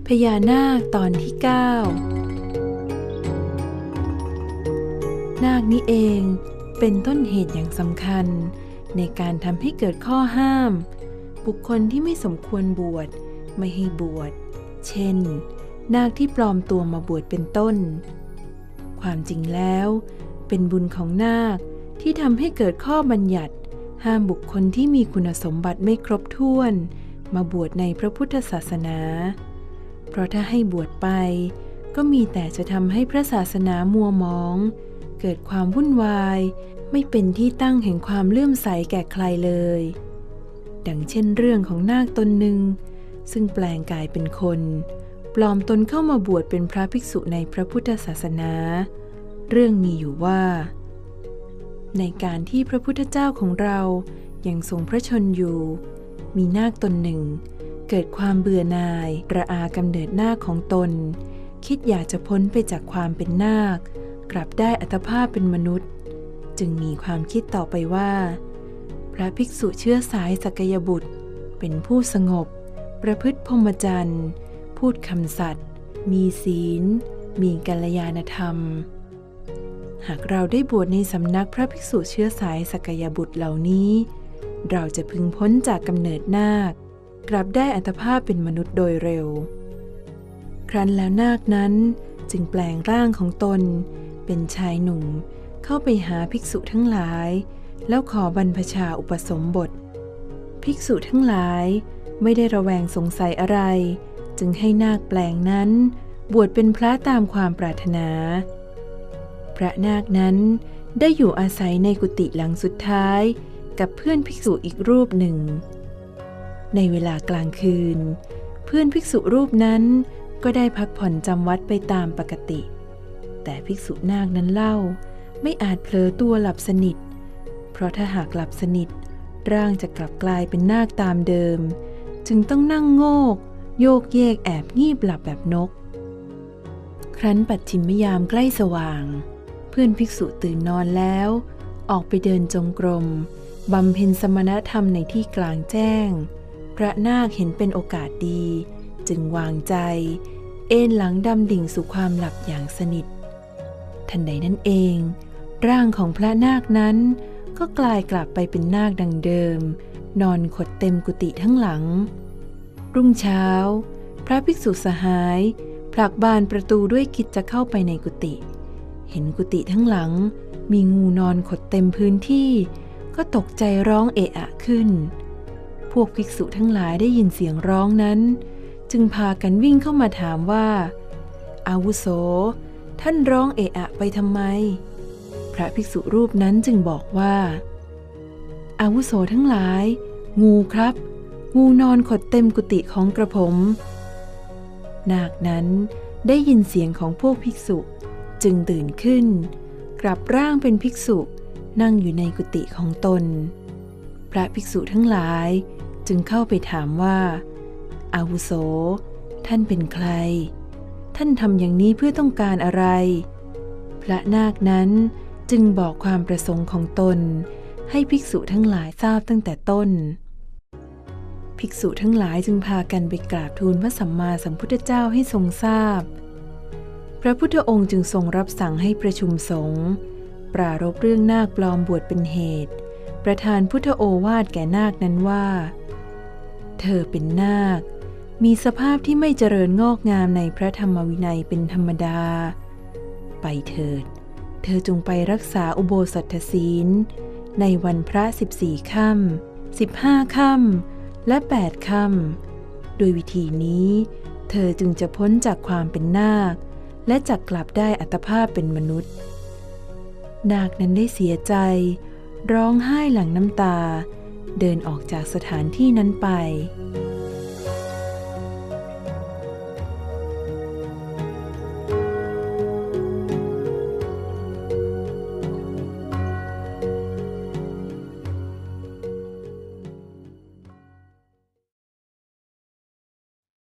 พญานาคตอนที่ 9 นาคนี้เองเป็นต้นเหตุอย่างสำคัญในการทำให้เกิดข้อห้ามบุคคลที่ไม่สมควรบวชไม่ให้บวชเช่นนาคที่ปลอมตัวมาบวชเป็นต้นความจริงแล้วเป็นบุญของนาคที่ทำให้เกิดข้อบัญญัติห้ามบุคคลที่มีคุณสมบัติไม่ครบถ้วนมาบวชในพระพุทธศาสนาเพราะถ้าให้บวชไปก็มีแต่จะทำให้พระศาสนามัวหมองเกิดความวุ่นวายไม่เป็นที่ตั้งแห่งความเลื่อมใสแก่ใครเลยดังเช่นเรื่องของนาคตนหนึ่งซึ่งแปลงกายเป็นคนปลอมตนเข้ามาบวชเป็นพระภิกษุในพระพุทธศาสนาเรื่องมีอยู่ว่าในการที่พระพุทธเจ้าของเรายังทรงพระชนอยู่มีนาคตนหนึ่งเกิดความเบื่อหน่ายระอากำเนิดนาคของตนคิดอยากจะพ้นไปจากความเป็นนาคกลับได้อัตภาพเป็นมนุษย์จึงมีความคิดต่อไปว่าพระภิกษุเชื้อสายสักยบุตรเป็นผู้สงบประพฤติพรหมจรรย์พูดคำสัตย์มีศีลมีกัลยาณธรรมหากเราได้บวชในสำนักพระภิกษุเชื้อสายสักยบุตรเหล่านี้เราจะพึงพ้นจากกำเนิดนาคกลับได้อัตภาพเป็นมนุษย์โดยเร็วครั้นแล้วนาคนั้นจึงแปลงร่างของตนเป็นชายหนุ่มเข้าไปหาภิกษุทั้งหลายแล้วขอบรรพชาอุปสมบทภิกษุทั้งหลายไม่ได้ระแวงสงสัยอะไรจึงให้นาคแปลงนั้นบวชเป็นพระตามความปรารถนาพระนาคนั้นได้อยู่อาศัยในกุฏิหลังสุดท้ายกับเพื่อนภิกษุอีกรูปหนึ่งในเวลากลางคืนเพื่อนภิกษุรูปนั้นก็ได้พักผ่อนจำวัดไปตามปกติแต่ภิกษุนาคนั้นเล่าไม่อาจเผลอตัวหลับสนิทเพราะถ้าหากหลับสนิทร่างจะกลับกลายเป็นนาคตามเดิมจึงต้องนั่งโงกโยกเยกแอบงีบหลับแบบนกครั้นปัจฉิมยามใกล้สว่างเพื่อนภิกษุตื่นนอนแล้วออกไปเดินจงกรมบำเพ็ญสมณธรรมในที่กลางแจ้งพระนาคเห็นเป็นโอกาสดีจึงวางใจเอนหลังดำดิ่งสู่ความหลับอย่างสนิททันใดนั้นเองร่างของพระนาคนั้นก็กลายกลับไปเป็นนาคดังเดิมนอนขดเต็มกุฏิทั้งหลังรุ่งเช้าพระภิกษุสหายผลักบานประตูด้วยคิดจะเข้าไปในกุฏิเห็นกุฏิทั้งหลังมีงูนอนขดเต็มพื้นที่ก็ตกใจร้องเอะอะขึ้นพวกภิกษุทั้งหลายได้ยินเสียงร้องนั้นจึงพากันวิ่งเข้ามาถามว่าอาวุโสท่านร้องเอะอะไปทำไมพระภิกษุรูปนั้นจึงบอกว่าอาวุโสทั้งหลายงูครับงูนอนขดเต็มกุฏิของกระผมนาคนั้นได้ยินเสียงของพวกภิกษุจึงตื่นขึ้นกลับร่างเป็นภิกษุนั่งอยู่ในกุฏิของตนพระภิกษุทั้งหลายจึงเข้าไปถามว่าอาวุโสท่านเป็นใครท่านทำอย่างนี้เพื่อต้องการอะไรพระนาคนั้นจึงบอกความประสงค์ของตนให้ภิกษุทั้งหลายทราบตั้งแต่ต้นภิกษุทั้งหลายจึงพากันไปกราบทูลพระสัมมาสัมพุทธเจ้าให้ทรงทราบพระพุทธองค์จึงทรงรับสั่งให้ประชุมสงฆ์ปรารภเรื่องนาคปลอมบวชเป็นเหตุประทานพุทธโอวาทแก่นาคนั้นว่าเธอเป็นนาคมีสภาพที่ไม่เจริญงอกงามในพระธรรมวินัยเป็นธรรมดาไปเถิดเธอจงไปรักษาอุโบสถศีลในวันพระ14 ค่ำ15 ค่ำและ8 ค่ำโดยวิธีนี้เธอจึงจะพ้นจากความเป็นนาคและจักกลับได้อัตภาพเป็นมนุษย์นาคนั้นได้เสียใจร้องไห้หลั่งน้ำตาเดินออกจากสถานที่นั้นไป